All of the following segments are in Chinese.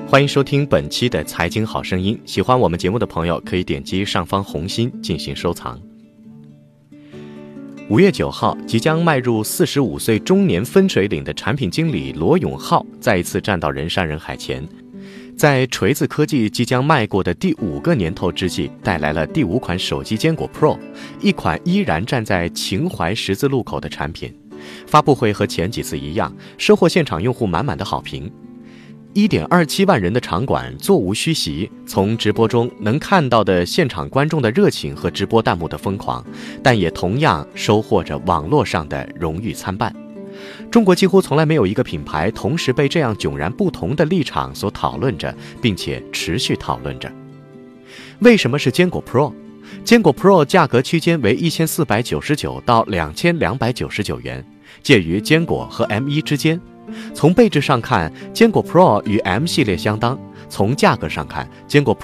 欢迎收听本期的财经好声音，喜欢我们节目的朋友可以点击上方红心进行收藏。5月9号，即将迈入45岁中年分水岭的产品经理罗永浩再一次站到人山人海前，在锤子科技即将迈过的第5个年头之际，带来了第5款手机坚果 Pro， 一款依然站在情怀十字路口的产品。发布会和前几次一样，收获现场用户满满的好评。1.27万人的场馆座无虚席，从直播中能看到的现场观众的热情和直播弹幕的疯狂，但也同样收获着网络上的荣誉参半。中国几乎从来没有一个品牌同时被这样迥然不同的立场所讨论着，并且持续讨论着。为什么是坚果 Pro？ 坚果 Pro 价格区间为1499到2299元，介于坚果和 M1 之间。从配置上看，坚果 Pro 与 M 系列相当；从价格上看，坚果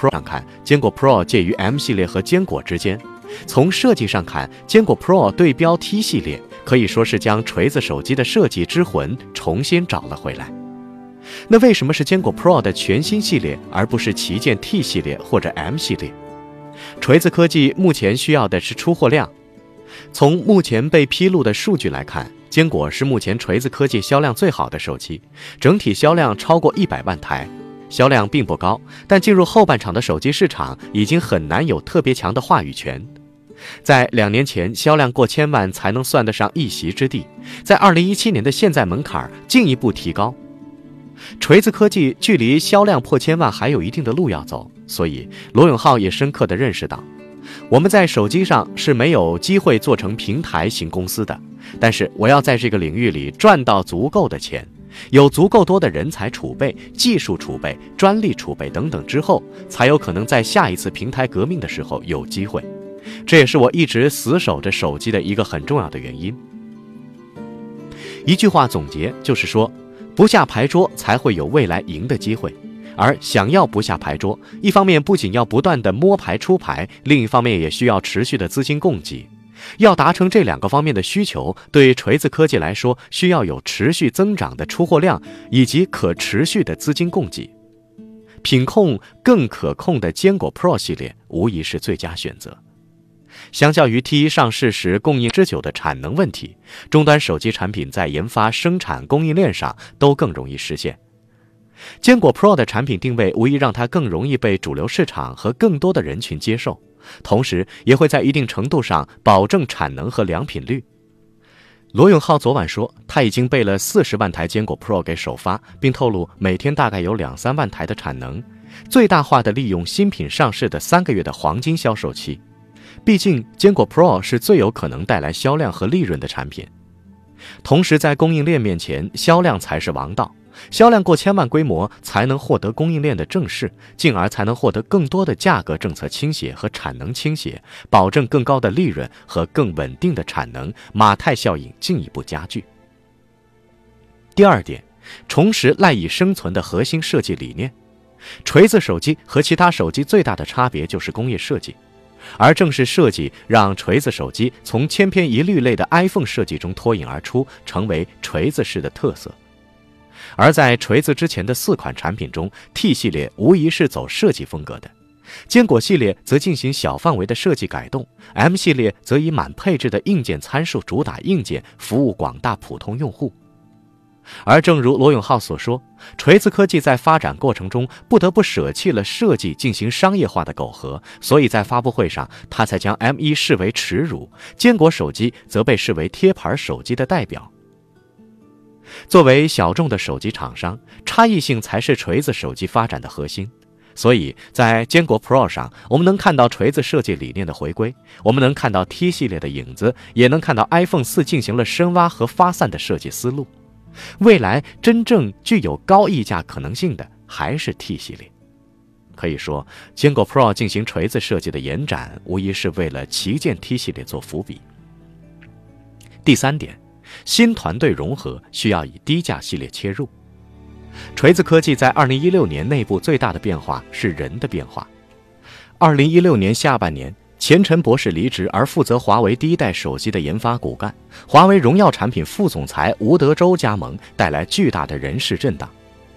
Pro 介于 M 系列和坚果之间；从设计上看，坚果 Pro 对标 T 系列，可以说是将锤子手机的设计之魂重新找了回来。那为什么是坚果 Pro 的全新系列，而不是旗舰 T 系列或者 M 系列？锤子科技目前需要的是出货量。从目前被披露的数据来看，坚果是目前锤子科技销量最好的手机，整体销量超过100万台，销量并不高，但进入后半场的手机市场已经很难有特别强的话语权。在2年前，销量过千万才能算得上一席之地，在2017年的现在门槛进一步提高。锤子科技距离销量破千万还有一定的路要走，所以罗永浩也深刻地认识到，我们在手机上是没有机会做成平台型公司的，但是我要在这个领域里赚到足够的钱，有足够多的人才储备、技术储备、专利储备等等之后，才有可能在下一次平台革命的时候有机会。这也是我一直死守着手机的一个很重要的原因。一句话总结就是说，不下牌桌才会有未来赢的机会。而想要不下牌桌，一方面不仅要不断的摸牌出牌，另一方面也需要持续的资金供给。要达成这2个方面的需求，对锤子科技来说，需要有持续增长的出货量以及可持续的资金供给。品控更可控的坚果 Pro 系列无疑是最佳选择。相较于 T1 上市时供应之久的产能问题，终端手机产品在研发、生产、供应链上都更容易实现。坚果 Pro 的产品定位无疑让它更容易被主流市场和更多的人群接受，同时也会在一定程度上保证产能和良品率。罗永浩昨晚说，他已经备了40万台坚果 Pro 给首发，并透露每天大概有2-3万台的产能，最大化的利用新品上市的3个月的黄金销售期。毕竟坚果 Pro 是最有可能带来销量和利润的产品。同时在供应链面前，销量才是王道，销量过千万规模才能获得供应链的正视，进而才能获得更多的价格政策倾斜和产能倾斜，保证更高的利润和更稳定的产能，马太效应进一步加剧。第2点，重拾赖以生存的核心设计理念。锤子手机和其他手机最大的差别就是工业设计，而正是设计让锤子手机从千篇一律类的 iPhone 设计中脱颖而出，成为锤子式的特色。而在锤子之前的4款产品中， T 系列无疑是走设计风格的，坚果系列则进行小范围的设计改动， M 系列则以满配置的硬件参数主打硬件，服务广大普通用户。而正如罗永浩所说，锤子科技在发展过程中不得不舍弃了设计进行商业化的苟合，所以在发布会上他才将 M1 视为耻辱，坚果手机则被视为贴牌手机的代表。作为小众的手机厂商，差异性才是锤子手机发展的核心。所以在坚果 Pro 上，我们能看到锤子设计理念的回归，我们能看到 T 系列的影子，也能看到 iPhone 4进行了深挖和发散的设计思路。未来真正具有高溢价可能性的还是 T 系列。可以说，坚果 Pro 进行锤子设计的延展，无疑是为了旗舰 T 系列做伏笔。第3点，新团队融合需要以低价系列切入。锤子科技在2016年内部最大的变化是人的变化。2016年下半年，钱晨博士离职，而负责华为第1代手机的研发骨干，华为荣耀产品副总裁吴德周加盟，带来巨大的人事震荡。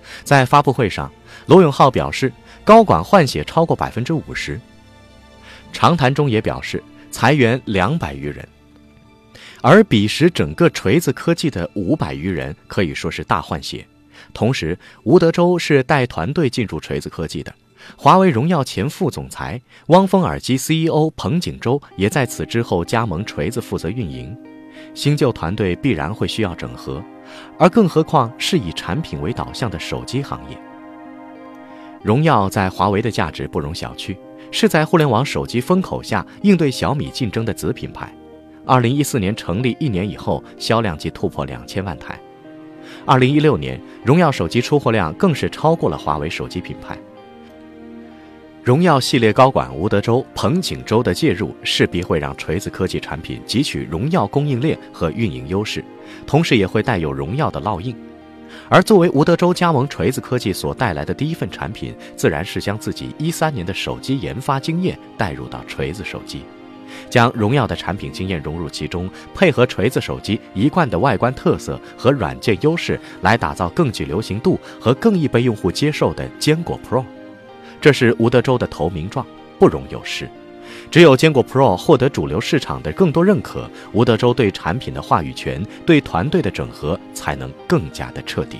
在发布会上，罗永浩表示，高管换血超过50%。长谈中也表示，裁员200余人。而彼时整个锤子科技的500余人可以说是大换血。同时，吴德州是带团队进驻锤子科技的，华为荣耀前副总裁、汪峰耳机 CEO 彭景洲也在此之后加盟锤子负责运营。新旧团队必然会需要整合，而更何况是以产品为导向的手机行业。荣耀在华为的价值不容小觑，是在互联网手机风口下应对小米竞争的子品牌。2014年成立1年以后，销量即突破2000万台。2016年，荣耀手机出货量更是超过了华为手机品牌。荣耀系列高管吴德州、彭景洲的介入，势必会让锤子科技产品汲取荣耀供应链和运营优势，同时也会带有荣耀的烙印。而作为吴德州加盟锤子科技所带来的第一份产品，自然是将自己13年的手机研发经验带入到锤子手机，将荣耀的产品经验融入其中，配合锤子手机一贯的外观特色和软件优势，来打造更具流行度和更易被用户接受的坚果 Pro。 这是吴德州的投名状，不容有失。只有坚果 Pro 获得主流市场的更多认可，吴德州对产品的话语权、对团队的整合才能更加的彻底。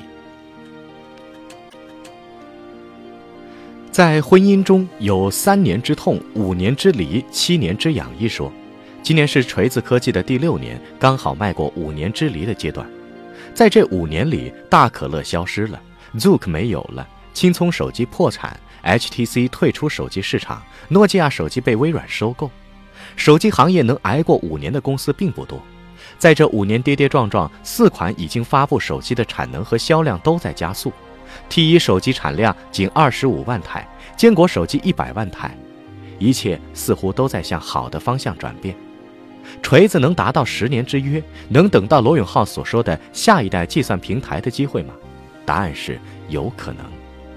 在婚姻中有3年之痛、5年之离、7年之痒一说，今年是锤子科技的第6年，刚好迈过5年之离的阶段。在这5年里，大可乐消失了， Zook 没有了，青葱手机破产， HTC 退出手机市场，诺基亚手机被微软收购。手机行业能挨过5年的公司并不多。在这5年跌跌撞撞，4款已经发布手机的产能和销量都在加速。T1 手机产量仅25万台，坚果手机100万台，一切似乎都在向好的方向转变。锤子能达到10年之约，能等到罗永浩所说的下一代计算平台的机会吗？答案是有可能。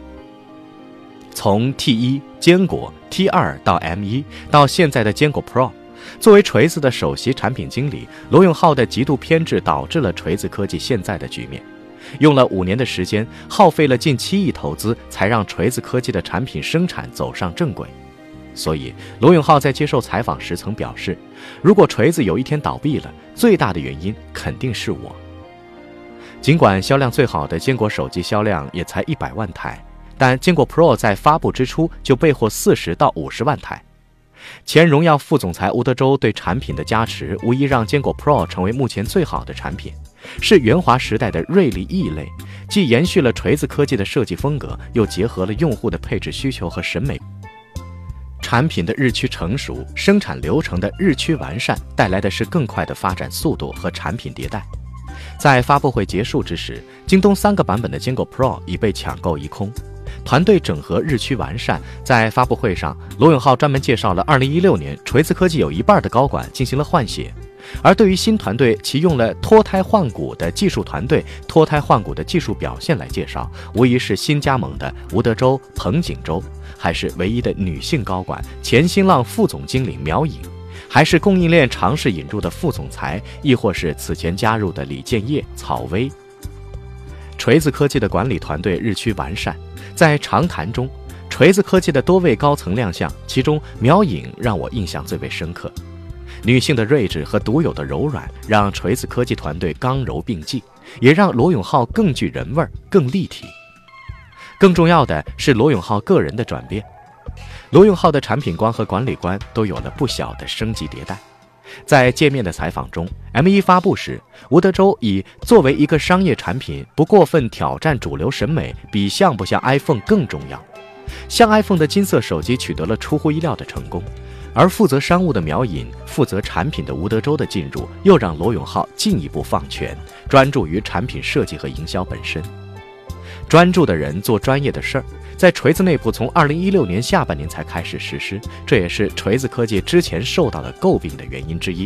从 T1、坚果、T2 到 M1 到现在的坚果 Pro， 作为锤子的首席产品经理，罗永浩的极度偏执导致了锤子科技现在的局面。用了5年的时间，耗费了近7亿投资，才让锤子科技的产品生产走上正轨。所以罗永浩在接受采访时曾表示，如果锤子有一天倒闭了，最大的原因肯定是我。尽管销量最好的坚果手机销量也才100万台，但坚果 Pro 在发布之初就备货40到50万台。前荣耀副总裁吴德州对产品的加持，无疑让坚果 Pro 成为目前最好的产品，是元华时代的锐利异类，既延续了锤子科技的设计风格，又结合了用户的配置需求和审美。产品的日趋成熟，生产流程的日趋完善，带来的是更快的发展速度和产品迭代。在发布会结束之时，京东3个版本的坚果 Pro 已被抢购一空。团队整合日趋完善，在发布会上，罗永浩专门介绍了2016年锤子科技有一半的高管进行了换血，而对于新团队，其用了脱胎换骨的技术团队、脱胎换骨的技术表现来介绍，无疑是新加盟的吴德州、彭景洲，还是唯一的女性高管前新浪副总经理苗颖，还是供应链尝试引入的副总裁，亦或是此前加入的李建业、草薇。锤子科技的管理团队日趋完善，在长谈中，锤子科技的多位高层亮相，其中苗颖让我印象最为深刻。女性的睿智和独有的柔软，让锤子科技团队刚柔并济，也让罗永浩更具人味、更立体。更重要的是罗永浩个人的转变，罗永浩的产品观和管理观都有了不小的升级迭代。在界面的采访中， M1 发布时，吴德州以作为一个商业产品，不过分挑战主流审美，比像不像 iPhone 更重要。像 iPhone 的金色手机取得了出乎意料的成功，而负责商务的苗颖、负责产品的吴德州的进入，又让罗永浩进一步放权，专注于产品设计和营销本身。专注的人做专业的事儿，在锤子内部从2016年下半年才开始实施，这也是锤子科技之前受到的诟病的原因之一。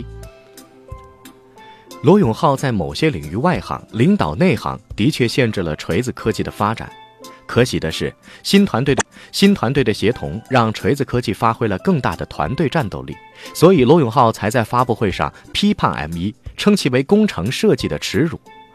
罗永浩在某些领域外行，领导内行，的确限制了锤子科技的发展。可喜的是，新团队的协同让锤子科技发挥了更大的团队战斗力，所以罗永浩才在发布会上批判 M1，称其为工程设计的耻辱。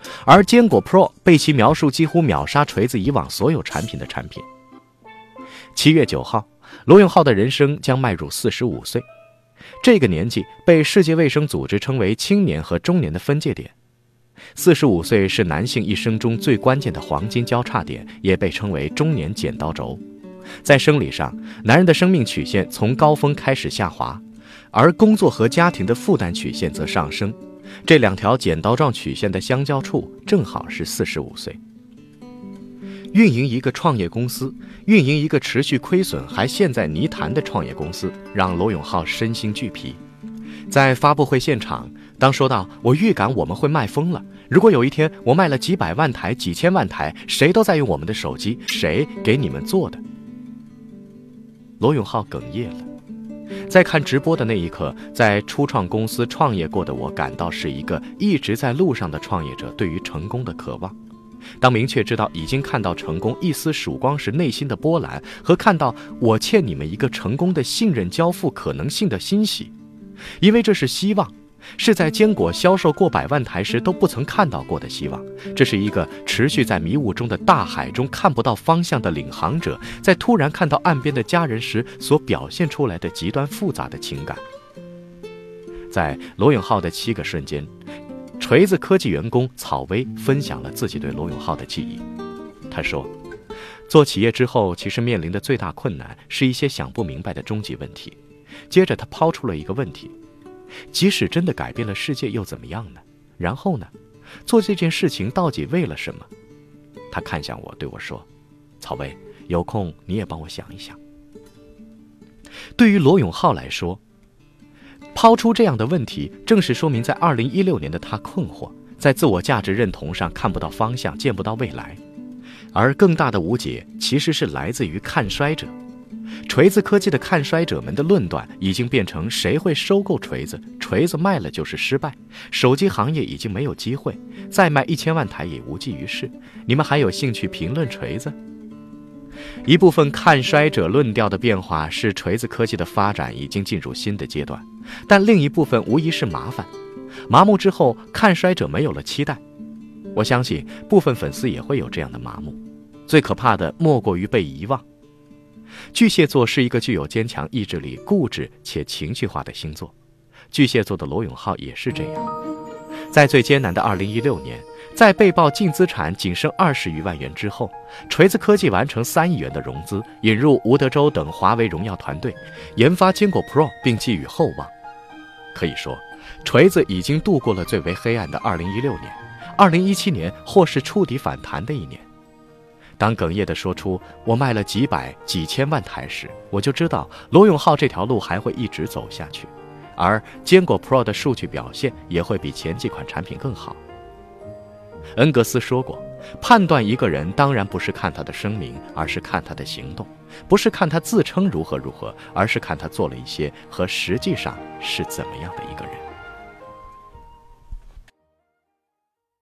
而坚果 Pro 被其描述几乎秒杀锤子以往所有产品的产品。7月9号，罗永浩的人生将迈入45岁，这个年纪被世界卫生组织称为青年和中年的分界点。45岁是男性一生中最关键的黄金交叉点，也被称为中年剪刀轴。在生理上，男人的生命曲线从高峰开始下滑，而工作和家庭的负担曲线则上升。这两条剪刀状曲线的相交处正好是45岁。运营一个创业公司，运营一个持续亏损还陷在泥潭的创业公司，让罗永浩身心俱疲。在发布会现场，当说到我预感我们会卖疯了，如果有一天我卖了几百万台、几千万台，谁都在用我们的手机，谁给你们做的？罗永浩哽咽了。在看直播的那一刻，在初创公司创业过的我感到是一个一直在路上的创业者对于成功的渴望。当明确知道已经看到成功一丝曙光时内心的波澜，和看到我欠你们一个成功的信任交付可能性的欣喜，因为这是希望，是在坚果销售过百万台时都不曾看到过的希望。这是一个持续在迷雾中的大海中看不到方向的领航者，在突然看到岸边的家人时所表现出来的极端复杂的情感。在罗永浩的7个瞬间，锤子科技员工草薇分享了自己对罗永浩的记忆。他说，做企业之后，其实面临的最大困难是一些想不明白的终极问题。接着他抛出了一个问题，即使真的改变了世界又怎么样呢？然后呢？做这件事情到底为了什么？他看向我对我说，草薇，有空你也帮我想一想。对于罗永浩来说，抛出这样的问题，正是说明在2016年的他困惑，在自我价值认同上看不到方向，见不到未来。而更大的无解其实是来自于看衰者。锤子科技的看衰者们的论断已经变成谁会收购锤子，锤子卖了就是失败，手机行业已经没有机会，再卖1000万台也无济于事，你们还有兴趣评论锤子？一部分看衰者论调的变化是锤子科技的发展已经进入新的阶段，但另一部分无疑是麻烦。麻木之后，看衰者没有了期待。我相信部分粉丝也会有这样的麻木。最可怕的莫过于被遗忘。巨蟹座是一个具有坚强意志力、固执且情绪化的星座，巨蟹座的罗永浩也是这样。在最艰难的2016年，在被曝净资产仅剩20余万元之后，锤子科技完成3亿元的融资，引入吴德州等华为荣耀团队，研发坚果 Pro 并寄予厚望。可以说，锤子已经度过了最为黑暗的2016年，2017年或是触底反弹的一年。当哽咽地说出我卖了几百、几千万台时，我就知道罗永浩这条路还会一直走下去，而坚果 Pro 的数据表现也会比前几款产品更好。恩格斯说过，判断一个人当然不是看他的声明，而是看他的行动；不是看他自称如何如何，而是看他做了一些和实际上是怎么样的一个人。